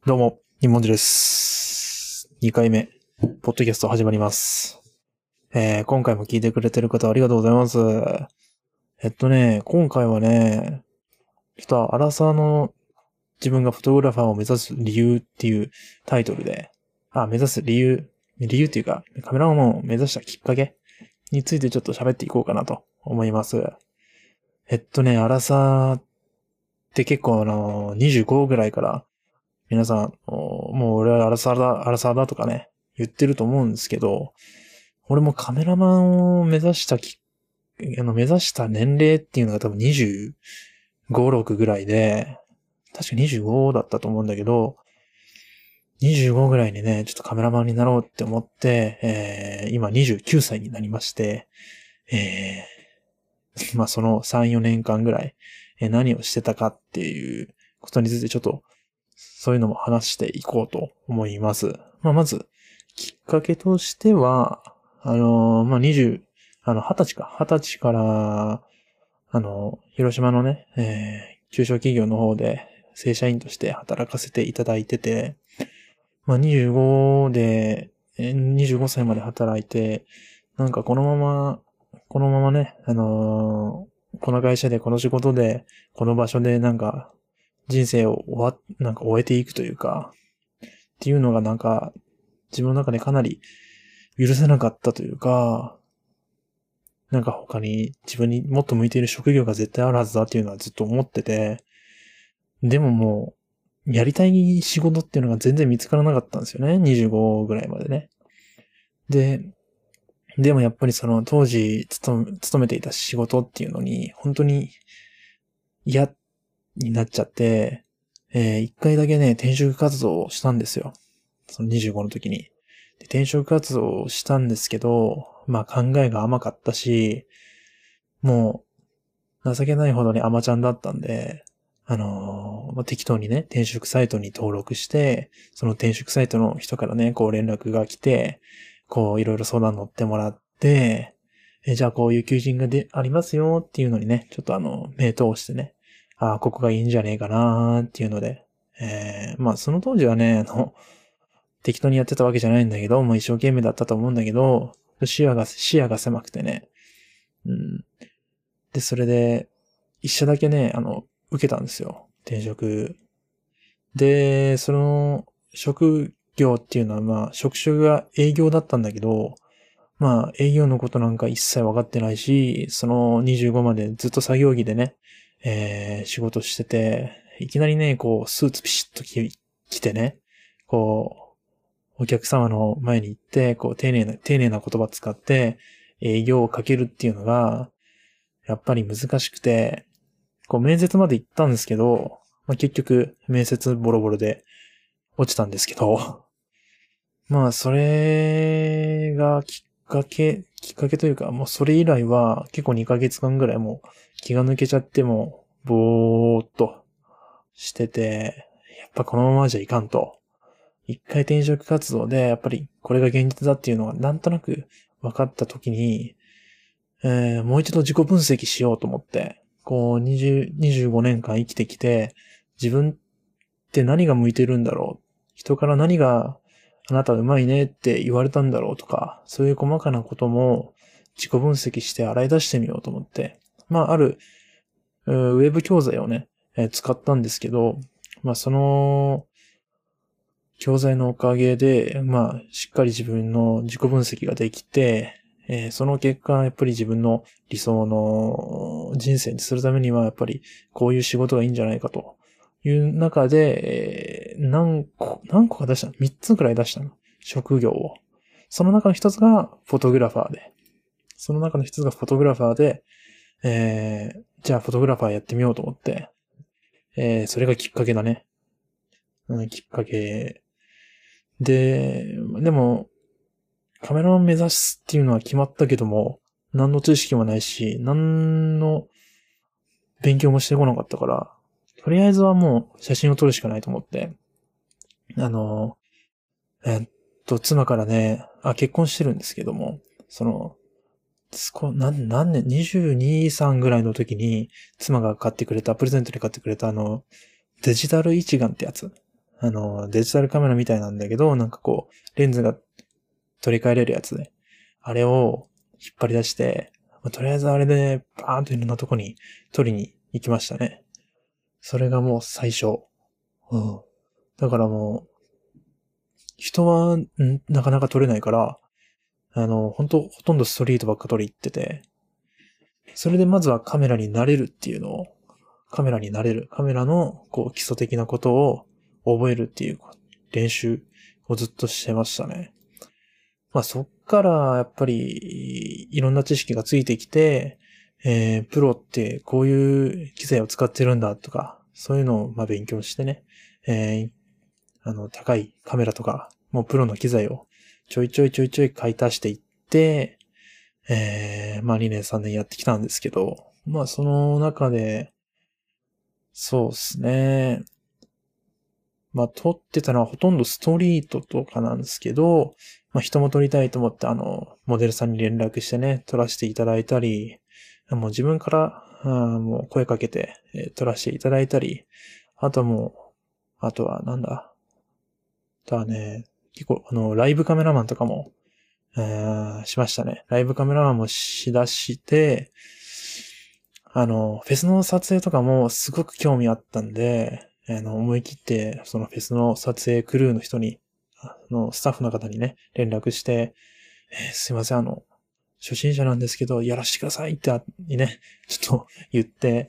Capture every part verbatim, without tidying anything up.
どうも、にもんじです。にかいめ、ポッドキャスト始まります。えー、今回も聞いてくれてる方ありがとうございます。えっとね、今回はね、ちょっとアラサーの自分がフォトグラファーを目指す理由っていうタイトルで、あ、目指す理由、理由っていうか、カメラマンを目指したきっかけについてちょっと喋っていこうかなと思います。えっとね、アラサーって結構あの、にじゅうごぐらいから皆さん、もう俺はアラサーだ、アラサーだとかね、言ってると思うんですけど、俺もカメラマンを目指したき、あの、目指した年齢っていうのが多分にじゅうご、ろくぐらいで、確かにじゅうごだったと思うんだけど、にじゅうごぐらいにね、ちょっとカメラマンになろうって思って、えー、今にじゅうきゅうさいになりまして、えー、まあそのさん、よねんかんぐらい、えー、何をしてたかっていうことについてちょっとそういうのも話していこうと思います。まあ、まず、きっかけとしては、あのー、まあ、にじゅう、あの、はたちか、はたちから、あの、広島のね、えー、中小企業の方で正社員として働かせていただいてて、まあ、にじゅうごで、にじゅうごさいまで働いて、なんかこのまま、このままね、あのー、この会社で、この仕事で、この場所でなんか、人生を終わ、なんか終えていくというか、っていうのがなんか、自分の中でかなり許せなかったというか、なんか他に自分にもっと向いている職業が絶対あるはずだっていうのはずっと思ってて、でももう、やりたい仕事っていうのが全然見つからなかったんですよね。にじゅうごぐらいまでね。で、でもやっぱりその当時勤め、勤めていた仕事っていうのに、本当に嫌になっちゃって、えー、一回だけね、転職活動をしたんですよ。そのにじゅうごの時に。で転職活動をしたんですけど、まあ考えが甘かったし、もう情けないほどに甘ちゃんだったんで、あのーまあ、適当にね、転職サイトに登録して、その転職サイトの人からね、こう連絡が来て、こういろいろ相談乗ってもらって、えじゃあこういう求人がでありますよっていうのにね、ちょっとあの、目通してね、ああ、ここがいいんじゃねえかなーっていうので、えー、まあその当時はね、あの、適当にやってたわけじゃないんだけど、もう一生懸命だったと思うんだけど、視野が、視野が狭くてね。うん。で、それで、一社だけね、あの、受けたんですよ。転職。で、その、職業っていうのは、まあ、職種が営業だったんだけど、まあ、営業のことなんか一切分かってないし、そのにじゅうごまでずっと作業着でね、えー、仕事してて、いきなりね、こう、スーツピシッと着着てね、こう、お客様の前に行って、こう、丁寧な、丁寧な言葉使って、営業をかけるっていうのが、やっぱり難しくて、こう、面接まで行ったんですけど、まあ、結局、面接ボロボロで落ちたんですけど、まあ、それがきっかけ、きっかけというか、もうそれ以来は結構にかげつかんぐらいもう気が抜けちゃっても、ぼーっとしてて、やっぱこのままじゃいかんと。一回転職活動で、やっぱりこれが現実だっていうのがなんとなく分かった時に、えー、もう一度自己分析しようと思って、こうにじゅう、にじゅうごねんかん生きてきて、自分って何が向いてるんだろう。人から何があなたうまいねって言われたんだろうとか、そういう細かなことも自己分析して洗い出してみようと思って、まああるウェブ教材をね、えー使ったんですけど、まあその教材のおかげで、まあしっかり自分の自己分析ができて、えーその結果、やっぱり自分の理想の人生にするためには、やっぱりこういう仕事がいいんじゃないかという中で、えー何個、何個か出したの ?みっ つくらい出したの職業を。その中の一つがフォトグラファーで。その中の一つがフォトグラファーで、えー、じゃあフォトグラファーやってみようと思って、えー、それがきっかけだね。うん、きっかけ。で、でも、カメラマン目指すっていうのは決まったけども、何の知識もないし、何の勉強もしてこなかったから、とりあえずはもう写真を撮るしかないと思って、あの、えっと、妻からね、あ、結婚してるんですけども、その、こ何、何年、にじゅうに、さんぐらいの時に、妻が買ってくれた、プレゼントで買ってくれたあの、デジタル一眼ってやつ。 あの、デジタルカメラみたいなんだけど、なんかこう、レンズが取り替えれるやつで、あれを引っ張り出して、まあ、とりあえずあれで、バーンといろんなとこに撮りに行きましたね。それがもう最初。うん。だからもう、人は、んなかなか撮れないから、あの、本当ほとんどストリートばっか撮り行ってて、それでまずはカメラに慣れるっていうのを、カメラに慣れる。カメラの、こう、基礎的なことを覚えるっていう練習をずっとしてましたね。まあそっからやっぱりいろんな知識がついてきて、えー、プロってこういう機材を使ってるんだとか、そういうのをまあ勉強してね、えー、あの高いカメラとか、もうプロの機材をちょいちょいちょいちょい買い足していって、えー、まあにねんさんねんやってきたんですけど、まあその中で、そうですね。まあ撮ってたのはほとんどストリートとかなんですけど、まあ人も撮りたいと思ってあの、モデルさんに連絡してね、撮らせていただいたり、もう自分から、あもう声かけて、えー撮らせていただいたり、あとはもう、あとはなんだ。あとはね、結構あの、ライブカメラマンとかも、えーしましたね。ライブカメラマンもしだして、あの、フェスの撮影とかもすごく興味あったんで、あの、思い切って、そのフェスの撮影クルーの人に、あの、スタッフの方にね、連絡して、えーすいません、あの、初心者なんですけど、やらせてくださいってあ、にね、ちょっと言って、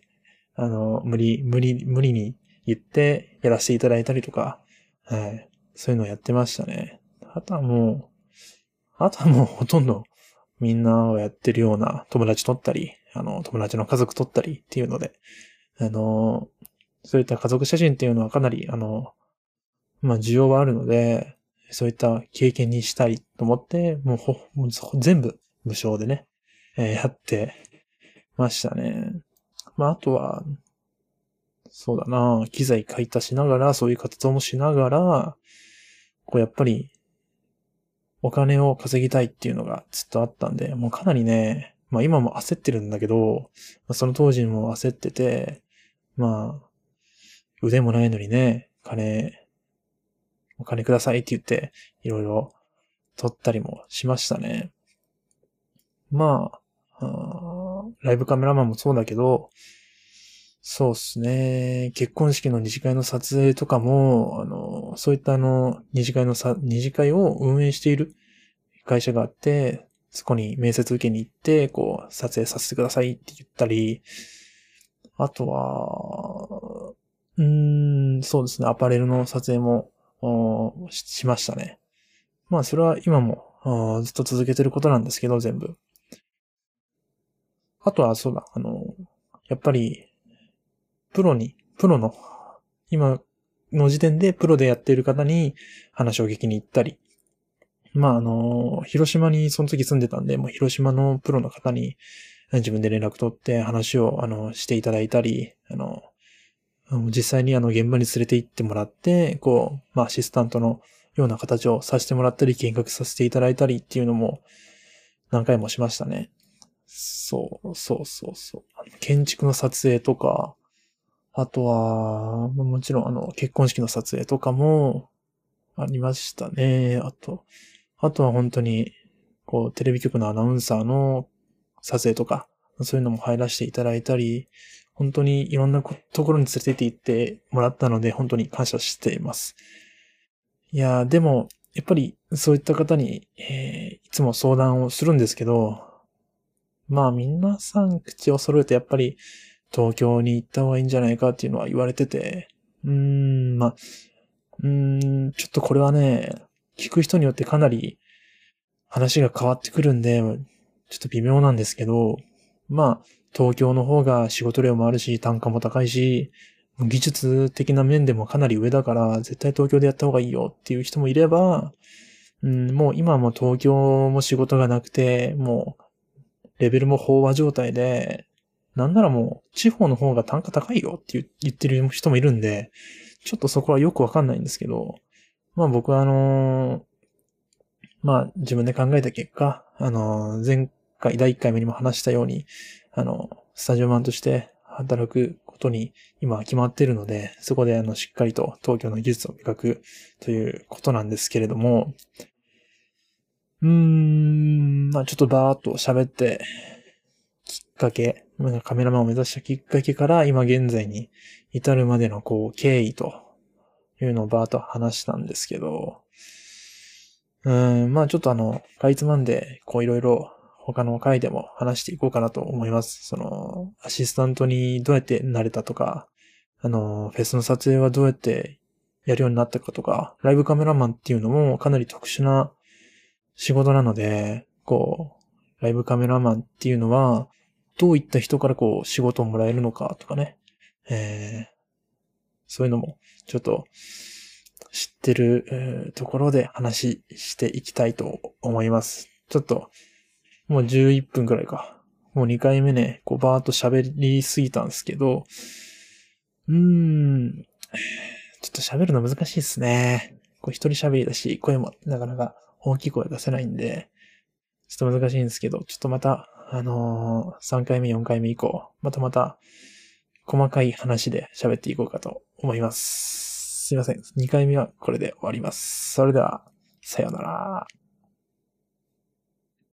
あの、無理、無理、無理に言って、やらせていただいたりとか、はい。そういうのをやってましたね。あとはもう、あとはもうほとんどみんながやってるような友達撮ったり、あの、友達の家族撮ったりっていうので、あの、そういった家族写真っていうのはかなり、あの、まあ、需要はあるので、そういった経験にしたいと思って、もうほ、もう全部無償でね、えーやってましたね。まあ、あとは、そうだな、機材買い足しながら、そういう活動もしながら、こうやっぱり、お金を稼ぎたいっていうのがずっとあったんで、もうかなりね、まあ今も焦ってるんだけど、その当時も焦ってて、まあ、腕もないのにね、金、お金くださいって言って、いろいろ取ったりもしましたね。まあ、あライブカメラマンもそうだけど、そうですね。結婚式の二次会の撮影とかも、あの、そういったあの、二次会のさ、二次会を運営している会社があって、そこに面接受けに行って、こう、撮影させてくださいって言ったり、あとは、うーん、そうですね、アパレルの撮影も、ししましたね。まあ、それは今も、ずっと続けてることなんですけど、全部。あとは、そうだ、あの、やっぱり、プロに、プロの、今の時点でプロでやっている方に話を聞きに行ったり、まあ、あの、広島にその時住んでたんで、もう広島のプロの方に自分で連絡取って話を、あの、していただいたり、あの、実際にあの、現場に連れて行ってもらって、こう、まあ、アシスタントのような形をさせてもらったり、見学させていただいたりっていうのも何回もしましたね。そう、そうそうそう。建築の撮影とか、あとは、もちろんあの、結婚式の撮影とかもありましたね。あと、あとは本当に、こう、テレビ局のアナウンサーの撮影とか、そういうのも入らせていただいたり、本当にいろんなところに連れて行ってもらったので、本当に感謝しています。いやー、でも、やっぱりそういった方に、えーいつも相談をするんですけど、まあ皆さん口を揃えてやっぱり東京に行った方がいいんじゃないかっていうのは言われてて、うーん、まあ、うーん、ちょっとこれはね、聞く人によってかなり話が変わってくるんで、ちょっと微妙なんですけど、まあ、東京の方が仕事量もあるし、単価も高いし、技術的な面でもかなり上だから、絶対東京でやった方がいいよっていう人もいれば、うん、もう今はもう東京も仕事がなくて、もうレベルも飽和状態で、なんならもう地方の方が単価高いよって言ってる人もいるんで、ちょっとそこはよくわかんないんですけど、まあ僕はあのーまあ自分で考えた結果、あのー前回だいいっかいめにも話したように、あの、スタジオマンとして働くこことに今決まっているので、そこであの、しっかりと東京の技術を磨くということなんですけれども、うーん、まあちょっとバーっと喋って、きっかけ、カメラマンを目指したきっかけから今現在に至るまでのこう経緯というのをバーっと話したんですけど、うーん、まあちょっとあの、かいつまんでこういろいろ他の回でも話していこうかなと思います。その、アシスタントにどうやってなれたとか、あの、フェスの撮影はどうやってやるようになったかとか、ライブカメラマンっていうのもかなり特殊な仕事なので、こう、ライブカメラマンっていうのは、どういった人からこう仕事をもらえるのかとかね。えー、そういうのもちょっと知ってる、えーところで話していきたいと思います。ちょっと、もうじゅういっぷんくらいか。もうにかいめね、こうバーっと喋りすぎたんですけど、うーん、ちょっと喋るの難しいですね。こう一人喋りだし、声もなかなか大きい声出せないんで、ちょっと難しいんですけど、ちょっとまた、あのー、さんかいめ、よんかいめ以降、またまた、細かい話で喋っていこうかと思います。すいません。にかいめはこれで終わります。それでは、さようなら。